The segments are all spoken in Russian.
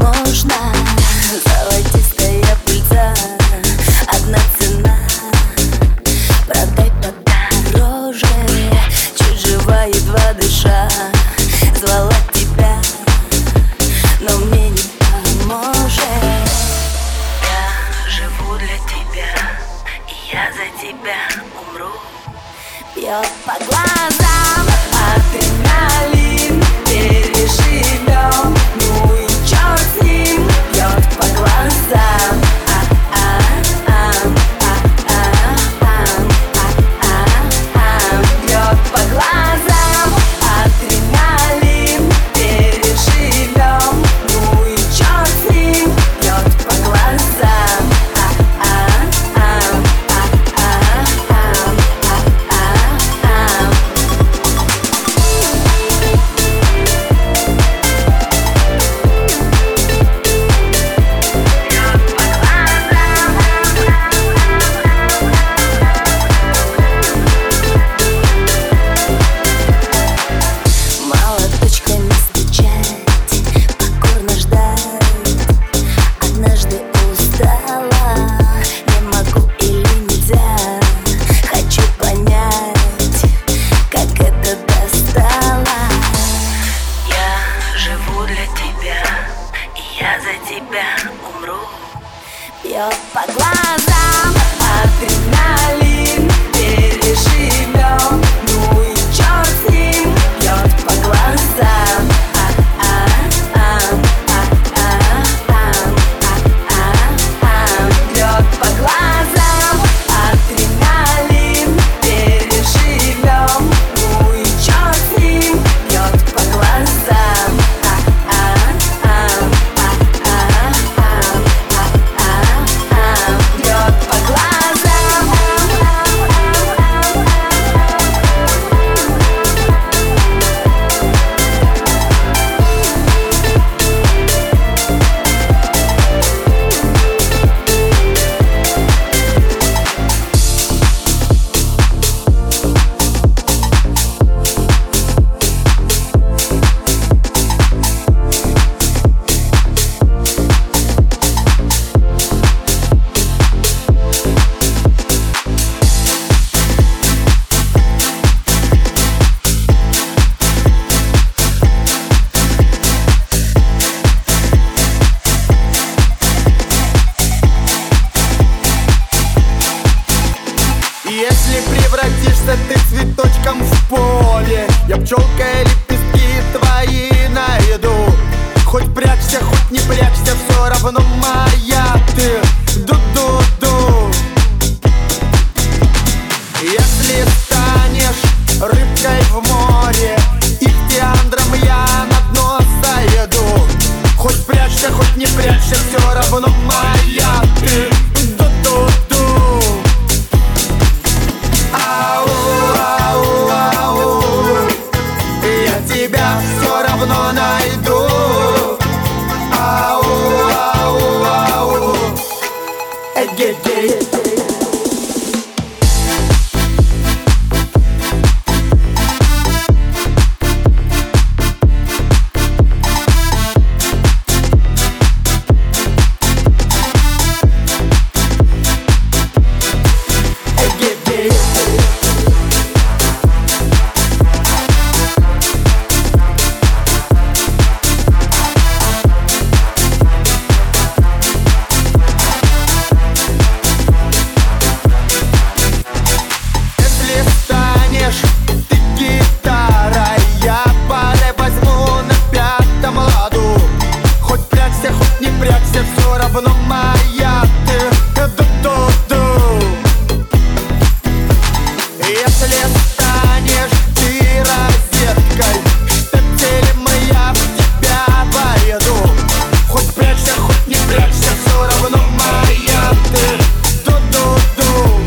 можно. Золотистая пыльца, одна цена. Продай подороже, чуть жива, едва дыша. Звала тебя, но мне не поможет. Я живу для тебя, и я за тебя умру. Бьет по глазам адреналин, переживем, ну и черт с ним. Бьет по глазам, бьет по глазам адреналин, переживем, ну и черт с ним. Бьет по глазам. Умру. Бьет по глазам адреналин, переживем, ну и черт с ним. Бьет по глазам, бьет по глазам адреналин, переживем, ну и черт с ним. Бьет по глазам. Если превратишься ты цветочком в поле, я пчелкой лепестки твои найду. Хоть прячься, хоть не прячься, все равно моя ты. Ду-ду-ду. Если станешь рыбкой в море, ихтиандром я на дно зайду. Хоть прячься, хоть не прячься, все равно моя ты. Ду-ду-ду. Тебя все равно найду. Ау, ау, ау. Эгегей. Все равно моя ты. Ду-ду-ду. Если станешь ты розеткой, штепселем я в тебя поеду. Хоть прячься, хоть не прячься, все равно моя ты. Ду-ду-ду.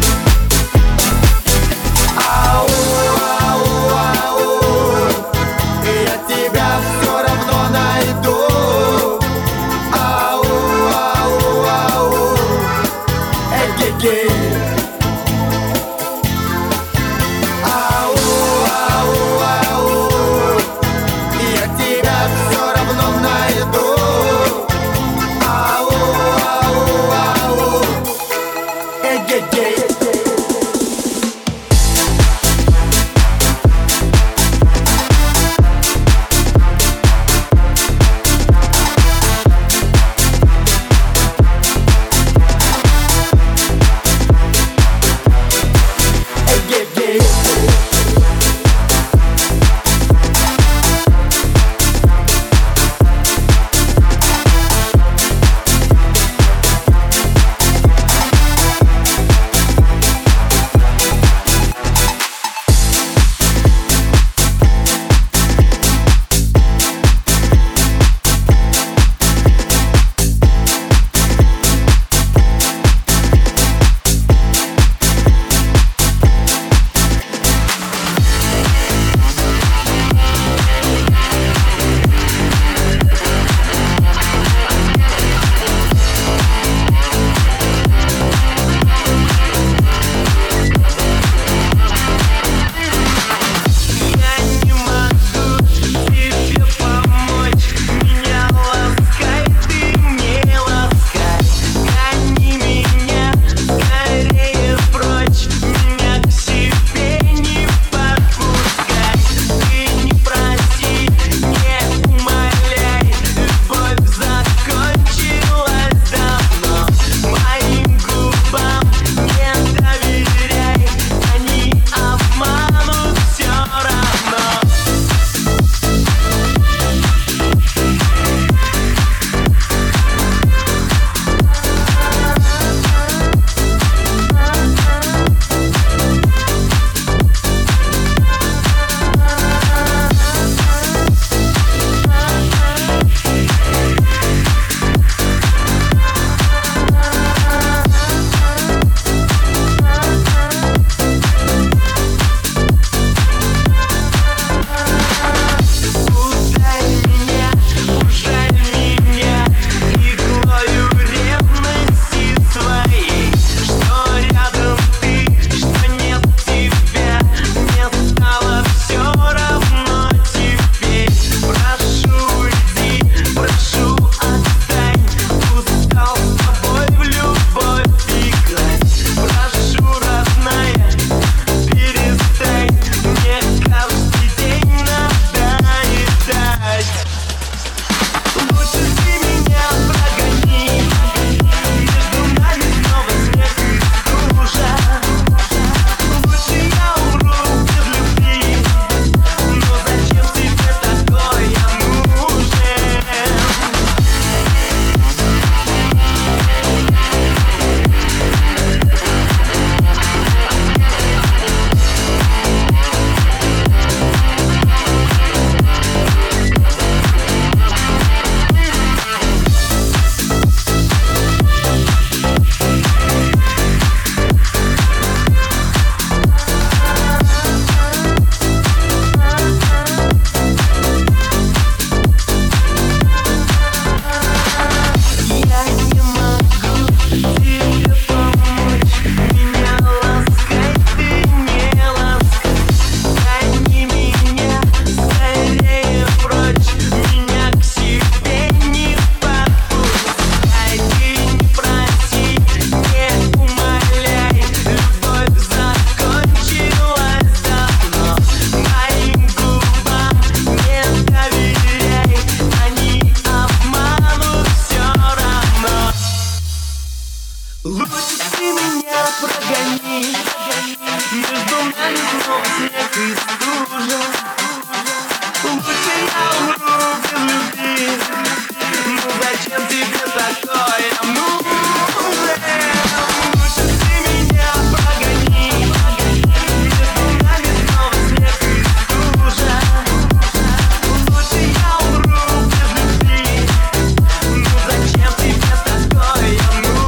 Ау, ау, ау. Я тебя все равно найду. Ау, ау, ау. Лучше ты меня прогони, между нами снова снег и стужа. Лучше я умру без любви. Ну зачем тебе такое нужно? Лучше ты меня прогони, между нами снова снег и стужа. Лучше я умру без любви. Ну зачем тебе такое нужно?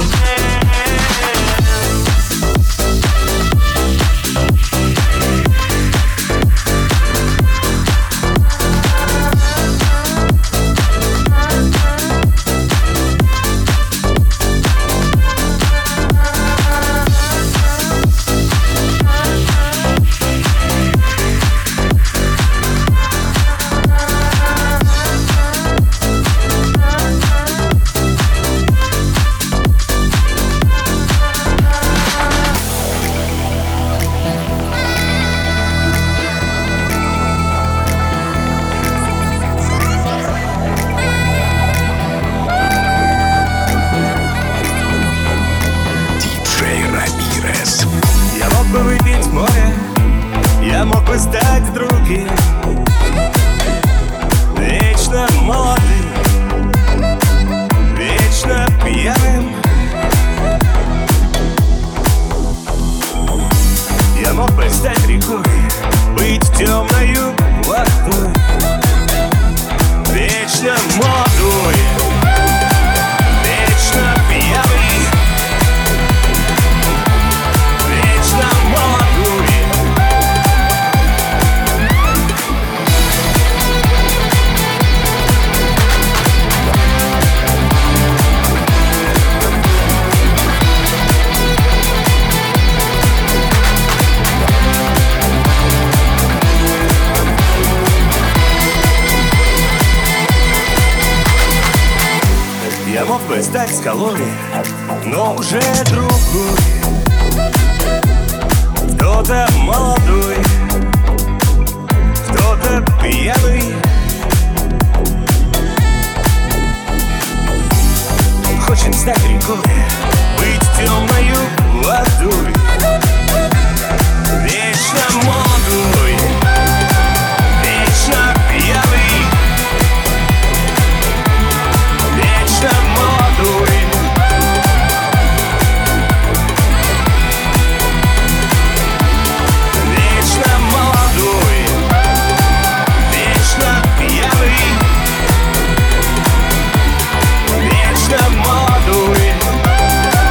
Я мог бы выпить море, я мог бы стать другим, вечно молодым, вечно пьяным. Я мог бы стать рекой, быть темною водой, вечно молодой, вечно пьяный. Я мог бы стать скалой, но уже другой. Кто-то молодой, кто-то пьяный. Хочет стать рекой, быть темною водой, вечно молодой, вечно пьяный. Вечно молодой, вечно молодой, вечно пьяный, вечно молодой.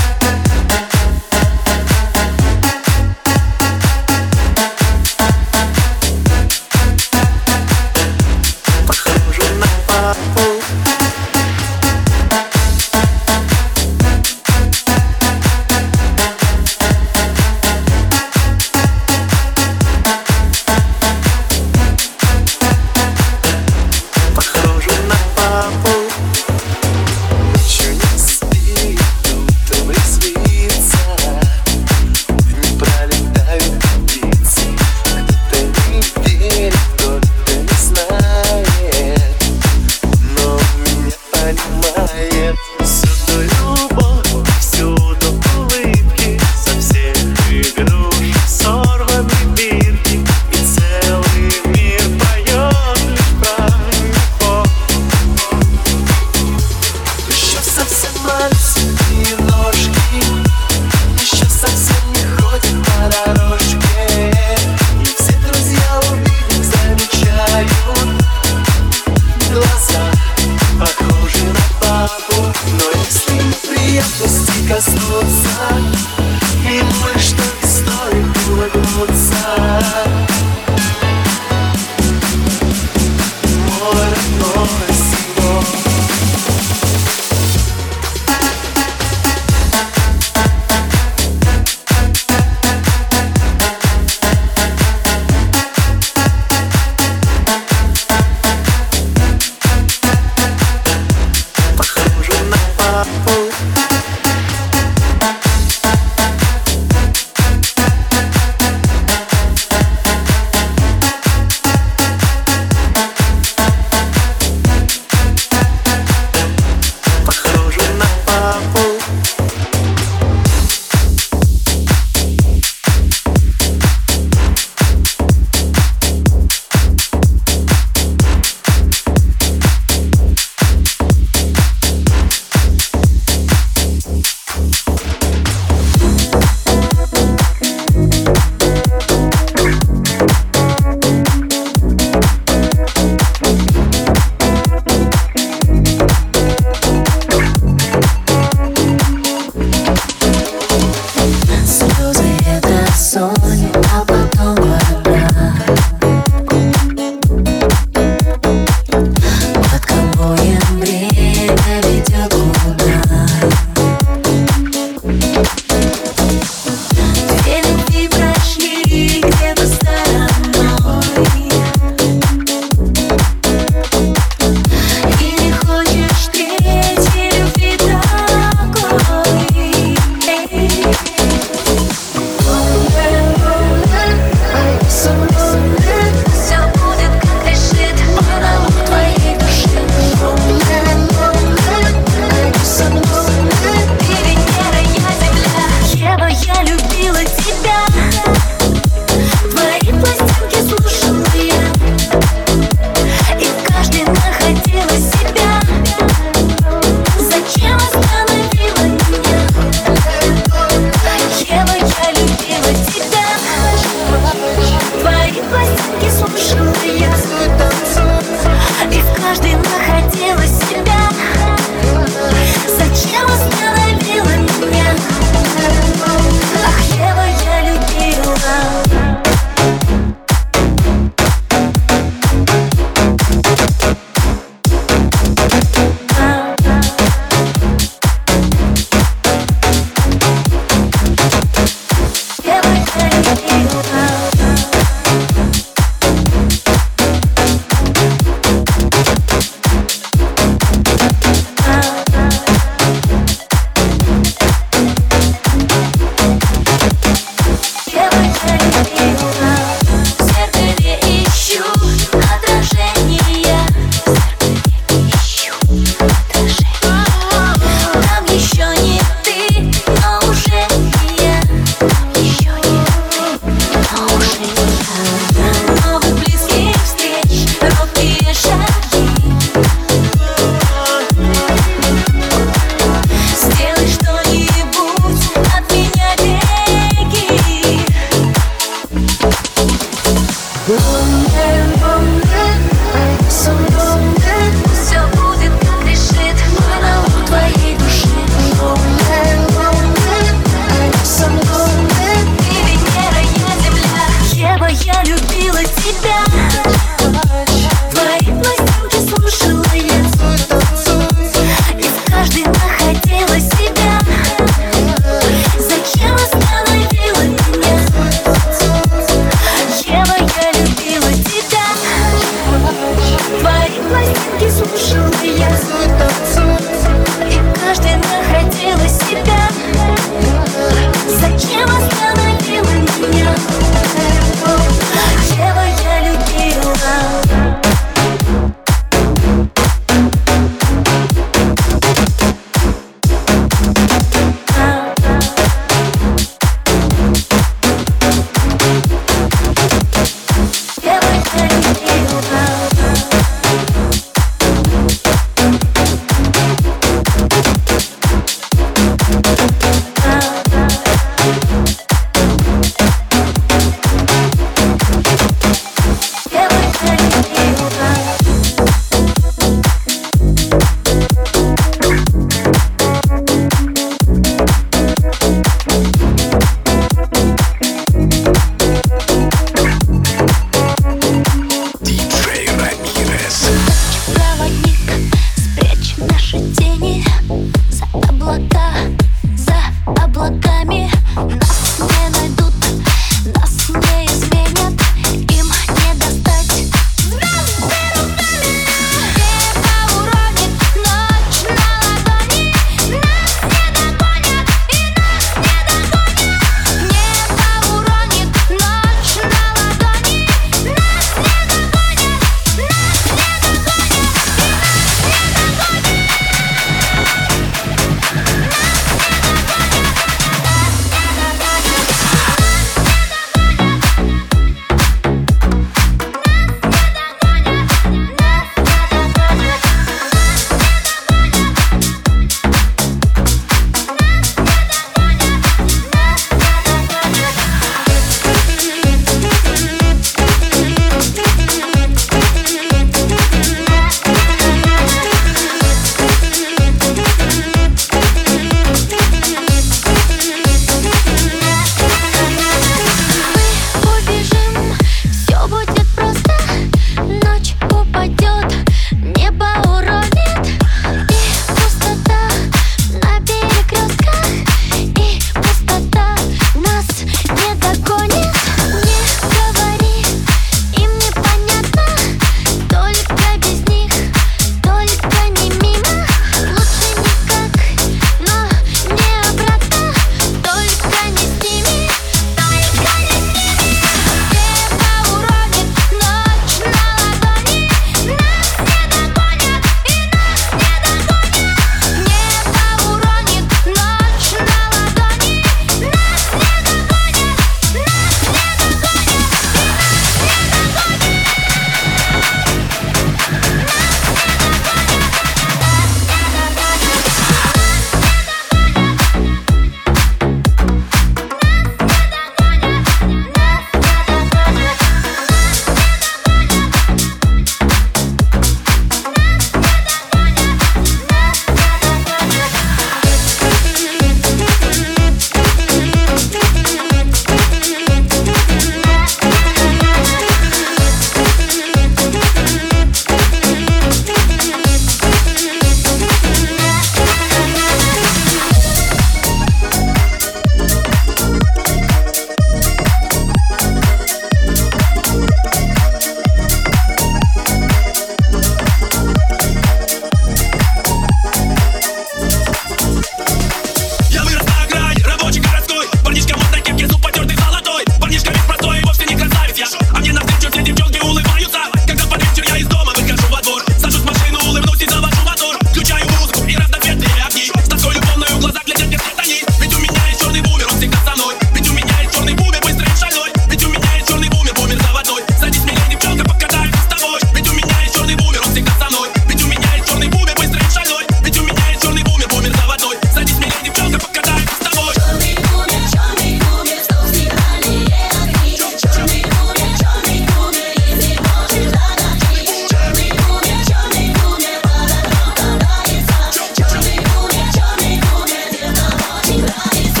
простой и вовсе не красавец я. А мне навстречу все девчонки улыбаются. Когда под вечер я из дома выхожу во двор, сажусь в машину, улыбнусь и завожу мотор. Включаю музыку и разноцветные огни. С тоской любовной в глазах глядят мне свет они. Ведь у меня есть черный бумер, он всегда со мной. Ведь у меня есть черный бумер, быстрый и шальной. Ведь у меня есть черный бумер, бумер заводной. Садись, милая девчонка, покатаемся с тобой. Ведь у меня есть черный бумер, он всегда со мной. Ведь у меня есть черный бумер, быстрый и шальной. Ведь у меня есть черный бумер, бумер заводной. Садись, милая девчонка, покатаемся с тобой. Черный бумер, стоп, сигнальные огни. Черный бумер, если можешь догадать. Черный бумер, под окном катается. Черный бумер, девка очень нравится.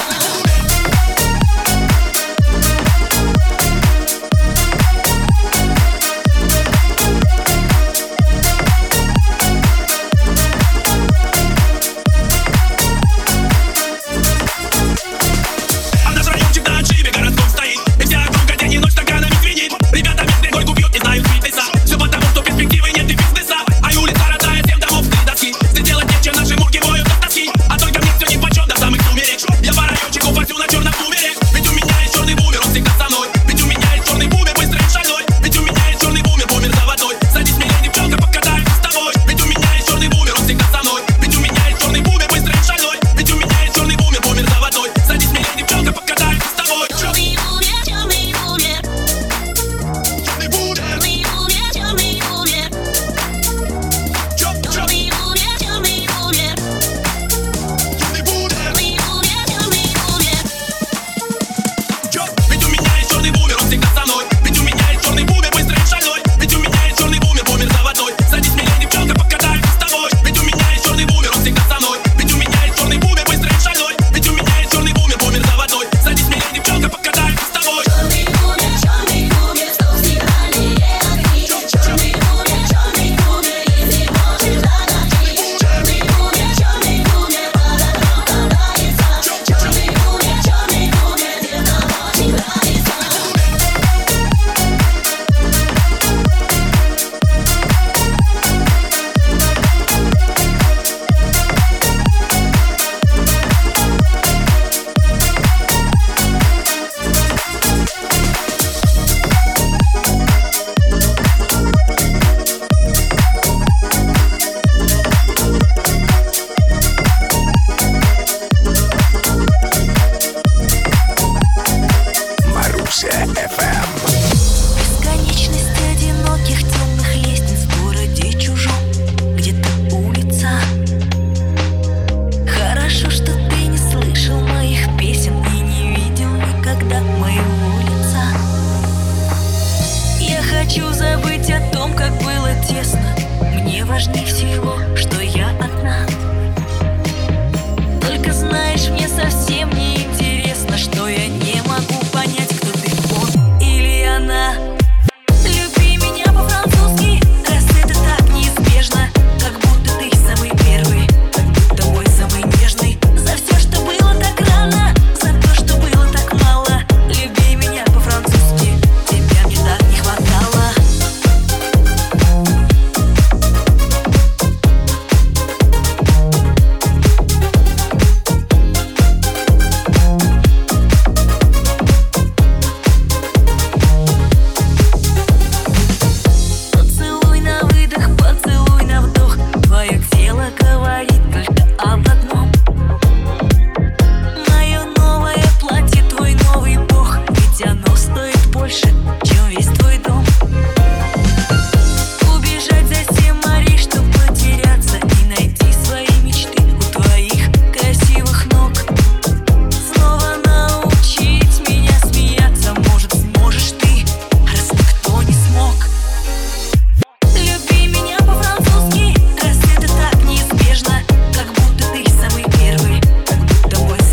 А наш райончик на отшибе городском стоит. И вся округа день и ночь стаканами звенит. Ребята местные горьку пьют, не знают фитнеса. Все потому, что перспективы нет и бизнеса. А и улица родная, 7 домов с доски. Здесь делать нечего, наши мурки воют от тоски. А только мне все нипочем до самых сумерек. Я по райончику парю на черном бумере. Ведь у меня есть черный бумер, он всегда со мной. Ведь у меня есть черный бумер, быстрый и шальной. Ведь у меня есть черный бумер, бумер заводной. Садись, милая девчонка, покатаемся с тобой. Ведь у меня есть черный бумер, он всегда со мной. Ведь у меня есть черный бумер, быстрый и шальной. Ведь у меня есть черный бумер, бумер заводной. Садись, милая девчонка, покатаемся с тобой. Черный бумер, Черный бумер, черный бумер. черный бумер. Черный бумер, черный бумер. Ведь у меня есть черный бумер, он всегда со мной. Ведь у меня есть черный бумер, быстрый и шальной. Ведь у меня есть черный бумер, бумер заводной. Садись, милая девчонка, покатаемся с тобой. Ведь у меня есть черный бумер, он всегда со мной. Ведь у меня есть черный бумер, быстрый и шальной. Ведь у меня есть черный бумер, бумер заводной. Садись, милая девчонка, покатаемся с тобой. Черный бумер, стоп, сигнальные огни. Черный бумер, если можешь догадать. Черный бумер, под окном катается. Черный бумер, девка очень нравится. Маруся FM. Бесконечность одиноких темных лестниц в городе чужом, где-то улица. Хорошо, что ты не слышал моих песен и не видел никогда моего лица. Я хочу забыть о том, как было тесно. Мне важнее всего, что я одна. Только знаешь, мне совсем не интересно, что я не могу понять, кто ты, он или она. Люби меня по-французски, раз это так неизбежно. Как будто ты самый первый, как будто мой самый нежный. За все, что было так рано, за то, что было так мало. Люби меня по-французски, тебя мне так не хватало.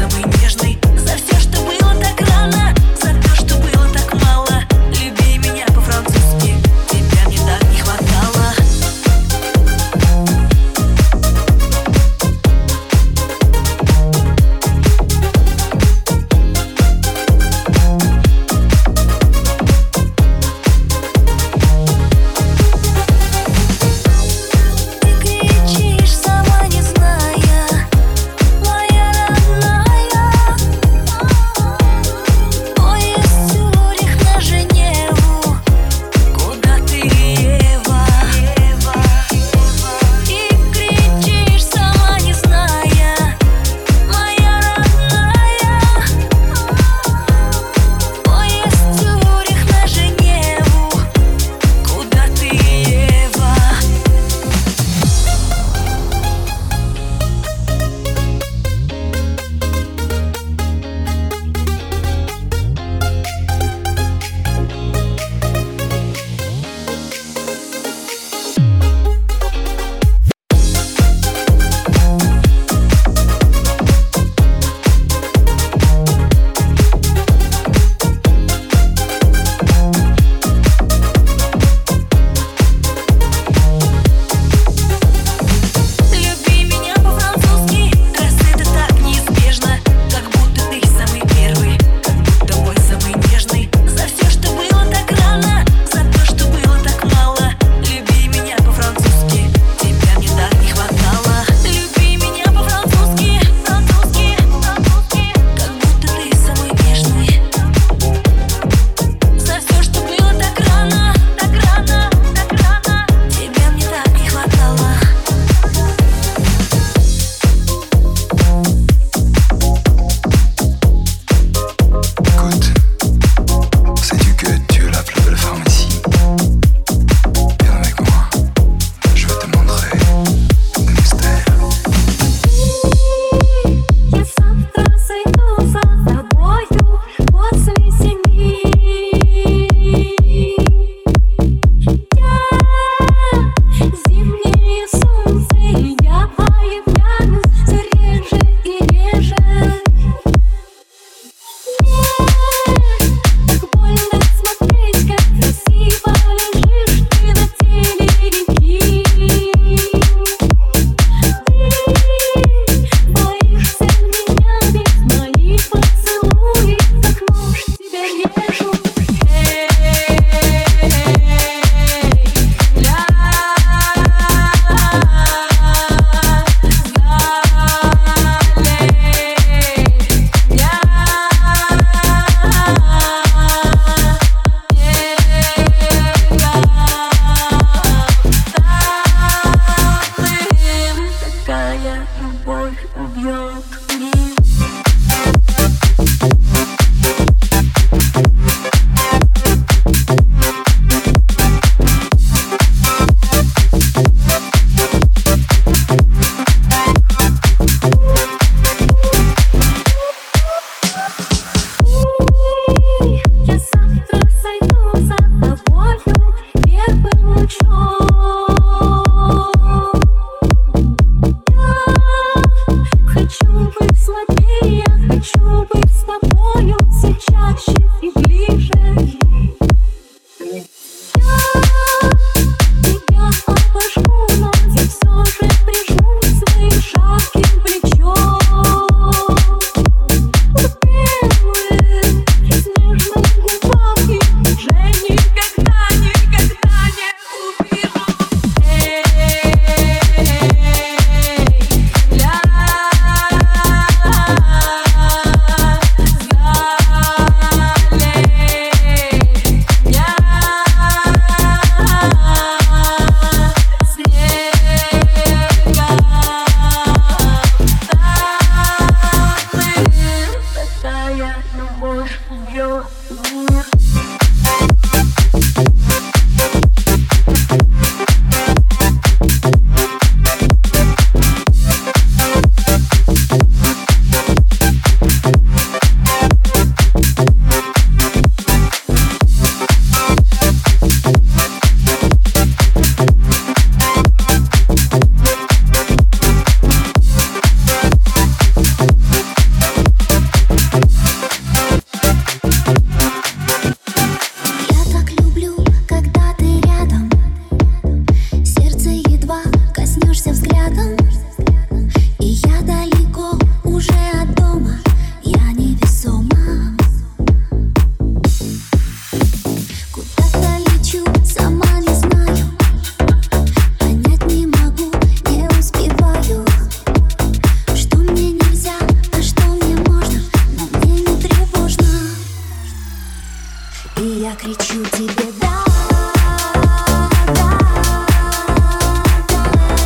Люби меня я кричу тебе да, да, да.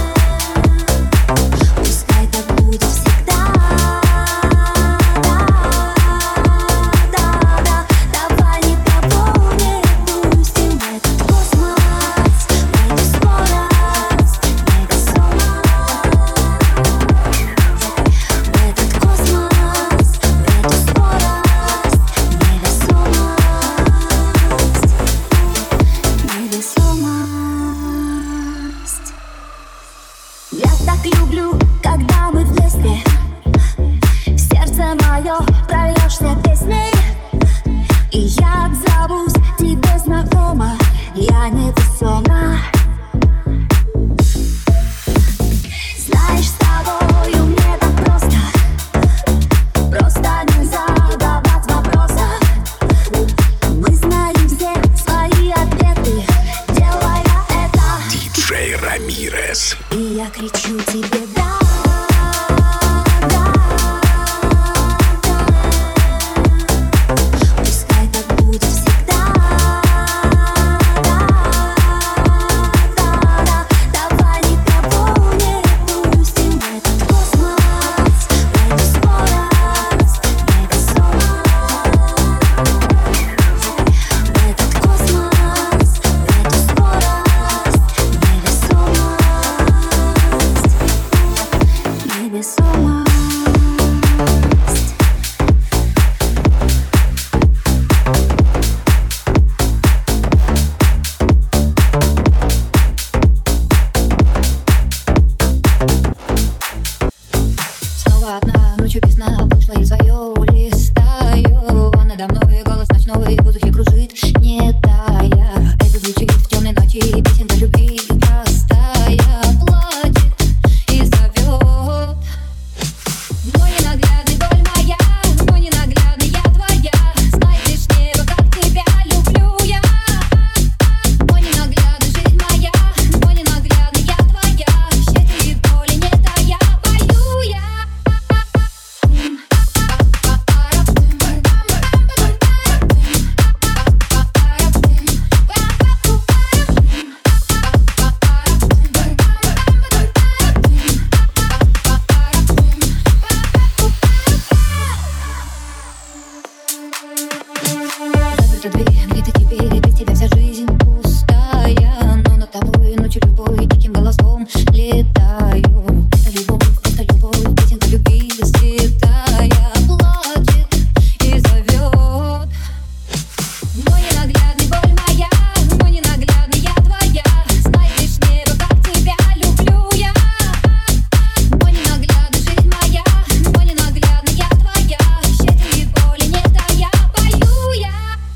Пускай так будет всегда. Да, да, да. Давай никого не пустим в этот космос, в эту скорость невесомо. В этот космос, в эту скорость невесомость. Я так люблю, когда мы вместе. В сердце мое прольешься песней, и я отзовусь тебе знакомо. Я невесома. Знаешь, с тобою мне так просто. Просто не задавать вопросов. Мы знаем все свои ответы, делая это. Диджей Рамирес. И я кричу тебе да, да, да. Пускай так будет всегда. Да, да, да. Давай никого не пустим в этот космос, в эту скорость невесомо. В этот космос, в эту скорость невесомость. Снова одна, ночью без сна, вышла из свое листаю. А надо мной голос ночной в воздухе кружит, не тая. Это звучит в темной ночи, песенка любви простая. Плачет и зовет. Мой ненаглядный, боль моя, мой ненаглядный, я твоя. Знай лишь небо, как тебя люблю я. Мой ненаглядный, жизнь моя, мой ненаглядный, я твоя. Счастье и боли не тая, пою я. Закрыта дверь, где-то теперь, без тебя вся жизнь пустая. Но над тобой ночью любой диким голоском летаю. Это любовь, просто любовь, песенка любви святая. Плачет и зовет. Мой ненаглядный, боль моя, мой ненаглядный, я твоя. Знай лишь небо, как тебя люблю я. Мой ненаглядный, жизнь моя, мой ненаглядный, я твоя. Счастье и боли не тая, пою я.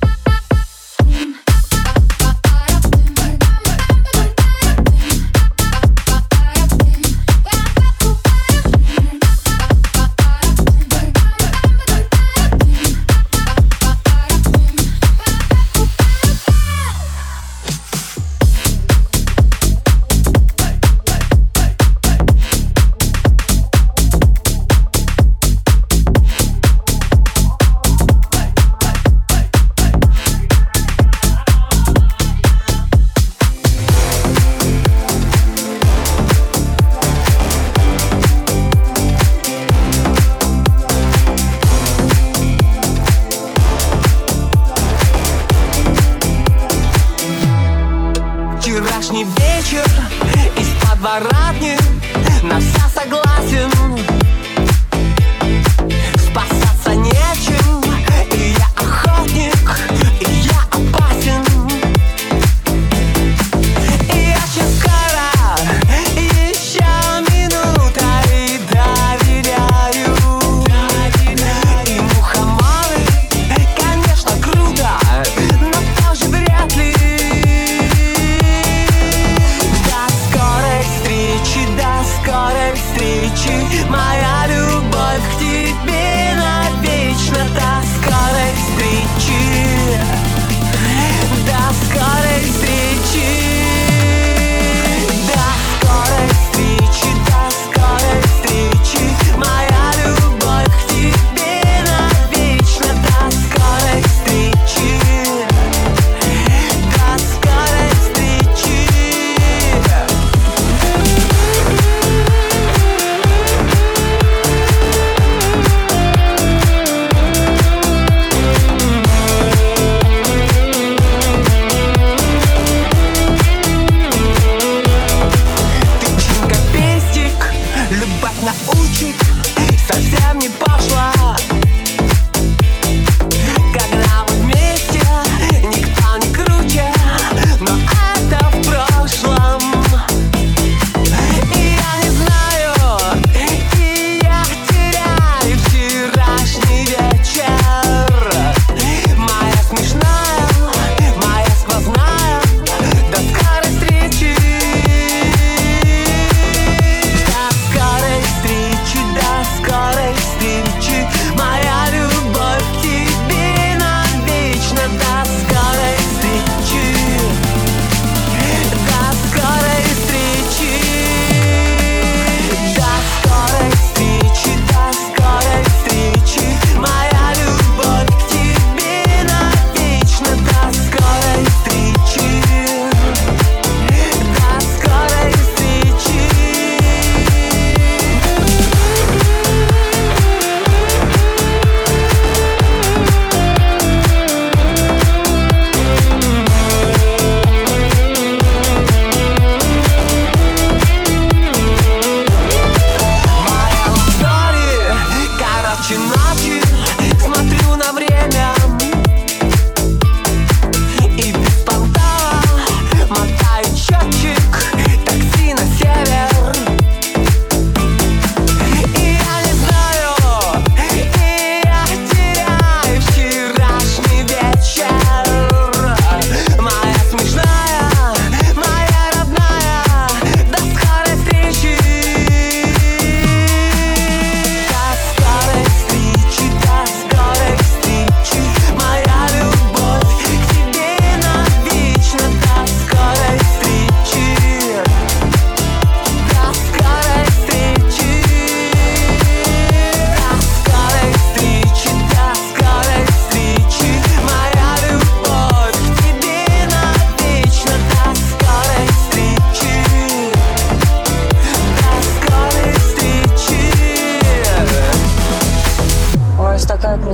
Вчерашний вечер из подворотни, на вся согласен. Спасаться нечем, и я охотник, и я опасен. И очень скоро, еще минута, и доверяю. И мухоморы, конечно, круто, но тоже вряд ли. До скорой встречи,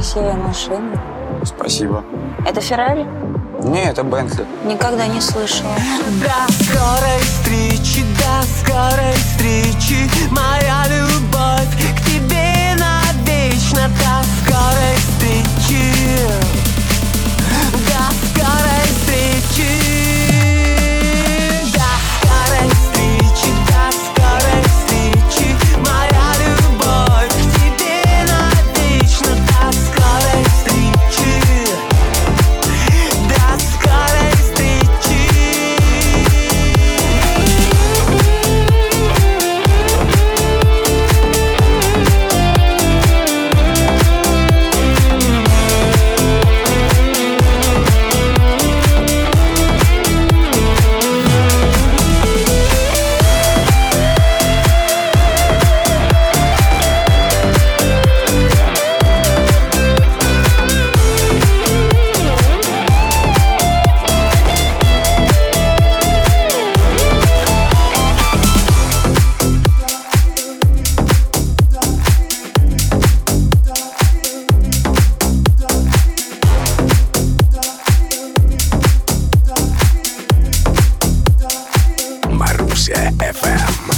красивая машина. Спасибо. Это Феррари? Не, это Бентли. Никогда не слышала. До скорой встречи, моя любовь к тебе навечно. До скорой встречи, до скорой встречи, до скорой встречи, до скорой встречи, моя любовь к тебе навечно. До скорой встречи, до скорой встречи. Маруся FM.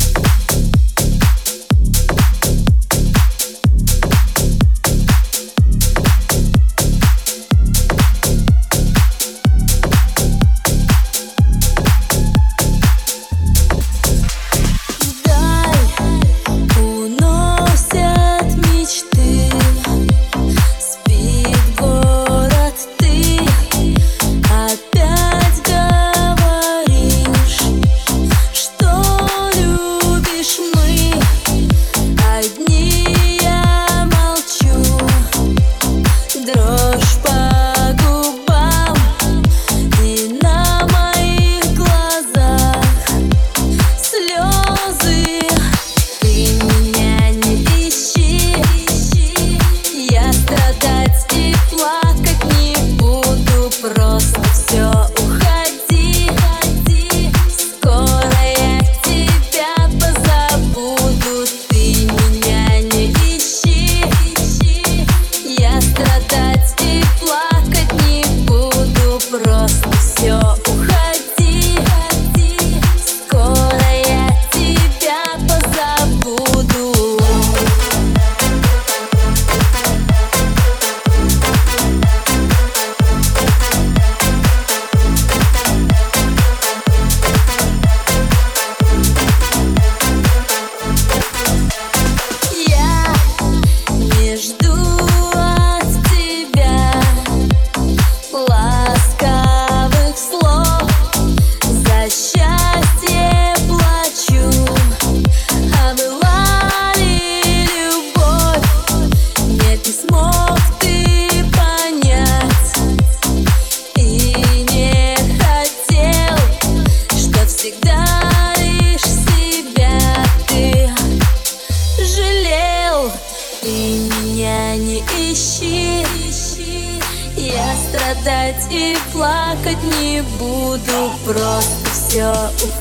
страдать и плакать не буду. Просто все,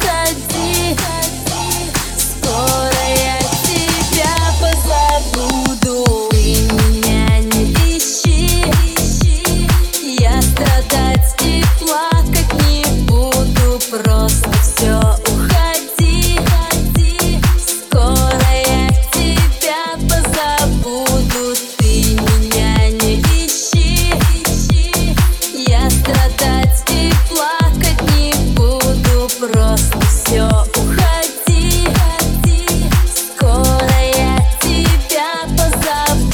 уходи. Скоро я тебя позабуду. Ты меня не ищи. Я страдать и плакать не буду. Просто все, уходи. Скоро я тебя позабуду. Ты меня не ищи. Я страдать и плакать не буду. Просто все, уходи. Скоро я тебя позабуду.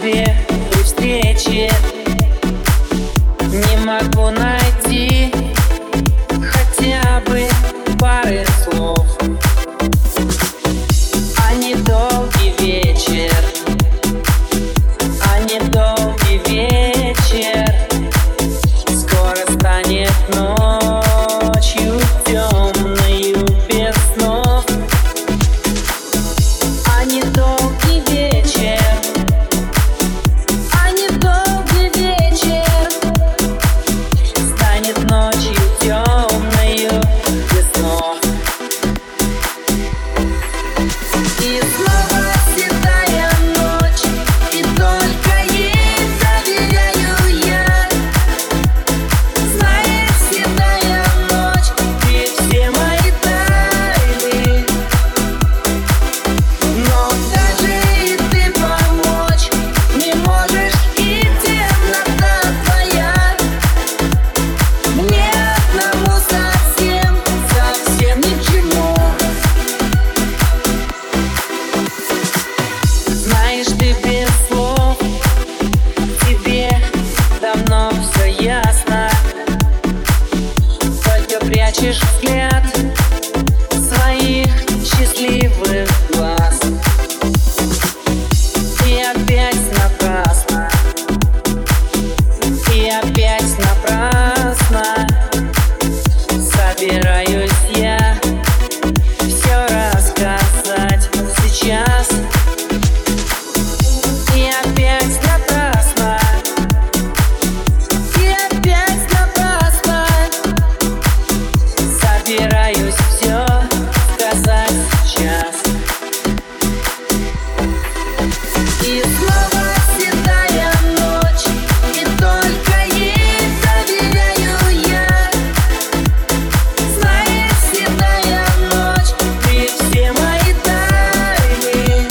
при встрече не могу найти хотя бы пары слов. А недолгий вечер, а недолгий вечер скоро станет ночью темною без снов. А недолгий вечер, а недолгий вечер станет ночью темною без снов. И снова седая ночь, и только ей доверяю я. Знаешь, седая ночь, ты все мои тайны. Но даже и ты помочь не можешь, и темнота твоя мне одному совсем, совсем ни к чему. Знаешь, ты без слов, тебе давно все ясно. Только прячешь взгляд своих счастливых глаз. И опять напрасно, и опять напрасно собираюсь я все рассказать сейчас. И опять напрасно, и опять напрасно собираюсь все сказать сейчас. И снова седая ночь, и только ей доверяю я. Знаешь, седая ночь, ты все мои тайны.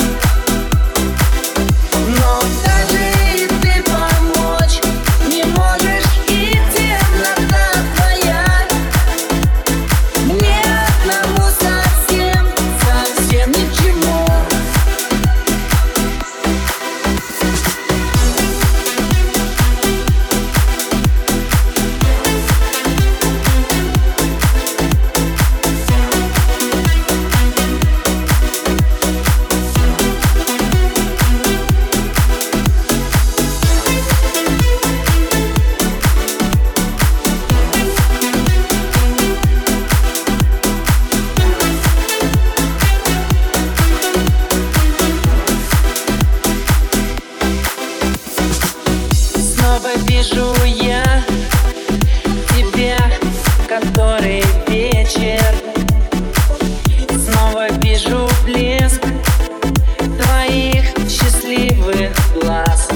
Но даже и ты помочь не можешь, и темнота твоя мне одному совсем, совсем ни к чему. Снова вижу я тебя, который вечер. Снова вижу блеск твоих счастливых глаз.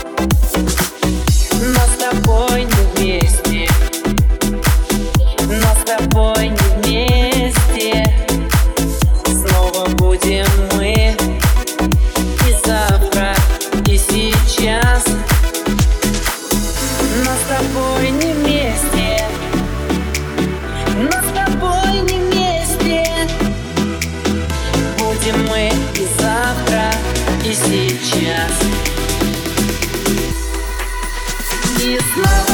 Но с тобой не вместе, но с тобой не вместе снова будем мы. И завтра, и сейчас. Но с тобой не вместе, но с тобой не вместе будем мы и завтра, и сейчас. И снова